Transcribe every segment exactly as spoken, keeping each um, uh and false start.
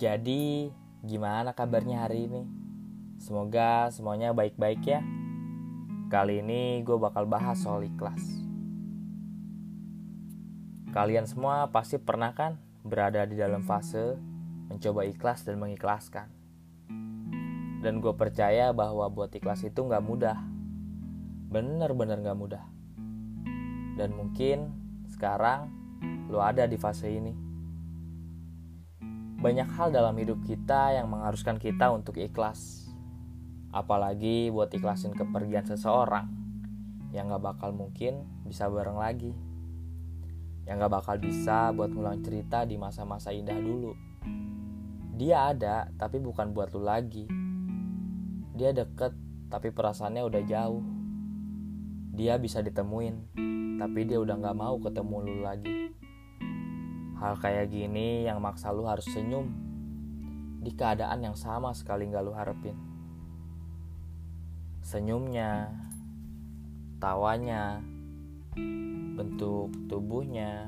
Jadi, gimana kabarnya hari ini? Semoga semuanya baik-baik ya. Kali ini gue bakal bahas soal ikhlas. Kalian semua pasti pernah kan berada di dalam fase mencoba ikhlas dan mengikhlaskan. Dan gue percaya bahwa buat ikhlas itu gak mudah. Bener-bener gak mudah. Dan mungkin sekarang lo ada di fase ini. Banyak hal dalam hidup kita yang mengharuskan kita untuk ikhlas. Apalagi buat ikhlasin kepergian seseorang yang gak bakal mungkin bisa bareng lagi. Yang gak bakal bisa buat ngulang cerita di masa-masa indah dulu. Dia ada tapi bukan buat lu lagi. Dia deket tapi perasaannya udah jauh. Dia bisa ditemuin tapi dia udah gak mau ketemu lu lagi. Hal kayak gini yang maksa lu harus senyum di keadaan yang sama sekali gak lu harapin. Senyumnya, tawanya, bentuk tubuhnya,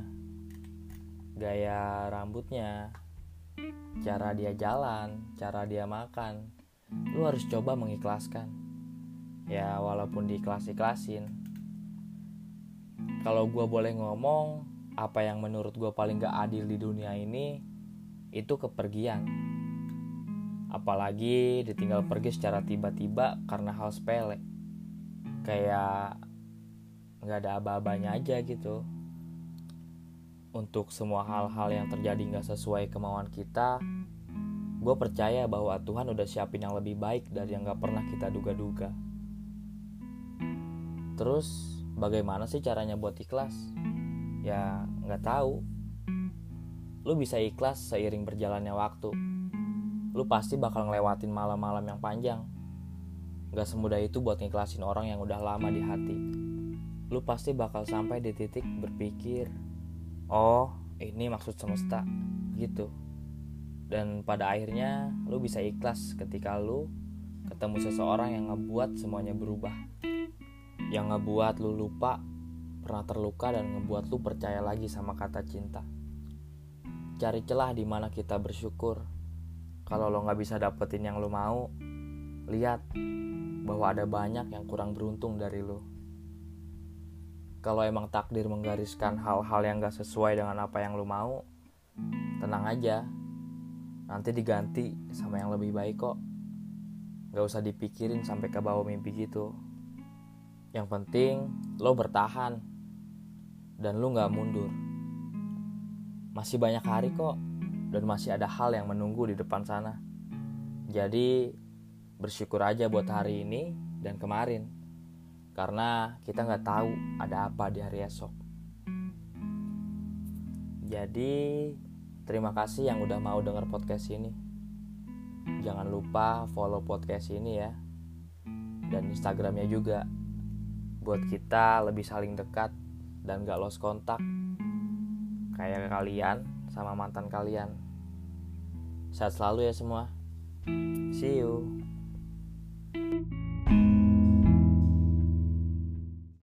gaya rambutnya, cara dia jalan, cara dia makan, lu harus coba mengikhlaskan. Ya walaupun diikhlas-ikhlasin. Kalau gue boleh ngomong, apa yang menurut gue paling gak adil di dunia ini itu kepergian. Apalagi ditinggal pergi secara tiba-tiba karena hal sepele. Kayak gak ada aba-abanya aja gitu. Untuk semua hal-hal yang terjadi gak sesuai kemauan kita, gue percaya bahwa Tuhan udah siapin yang lebih baik dari yang gak pernah kita duga-duga. Terus bagaimana sih caranya buat ikhlas? Ya gak tahu. Lu bisa ikhlas seiring berjalannya waktu. Lu pasti bakal ngelewatin malam-malam yang panjang. Gak semudah itu buat ngikhlasin orang yang udah lama di hati. Lu pasti bakal sampai di titik berpikir, oh ini maksud semesta gitu. Dan pada akhirnya lu bisa ikhlas ketika lu ketemu seseorang yang ngebuat semuanya berubah. Yang ngebuat lu lupa pernah terluka dan ngebuat lu percaya lagi sama kata cinta. Cari celah di mana kita bersyukur. Kalau lo gak bisa dapetin yang lo mau, lihat bahwa ada banyak yang kurang beruntung dari lo. Kalau emang takdir menggariskan hal-hal yang gak sesuai dengan apa yang lo mau, tenang aja. Nanti diganti sama yang lebih baik kok. Gak usah dipikirin sampai ke bawah mimpi gitu. Yang penting lo bertahan dan lo gak mundur. Masih banyak hari kok. Dan masih ada hal yang menunggu di depan sana. Jadi bersyukur aja buat hari ini dan kemarin. Karena kita gak tahu ada apa di hari esok. Jadi terima kasih yang udah mau denger podcast ini. Jangan lupa follow podcast ini ya. Dan Instagramnya juga. Buat kita lebih saling dekat dan gak lost kontak. Kayak kalian sama mantan kalian. Sehat selalu ya semua. See you.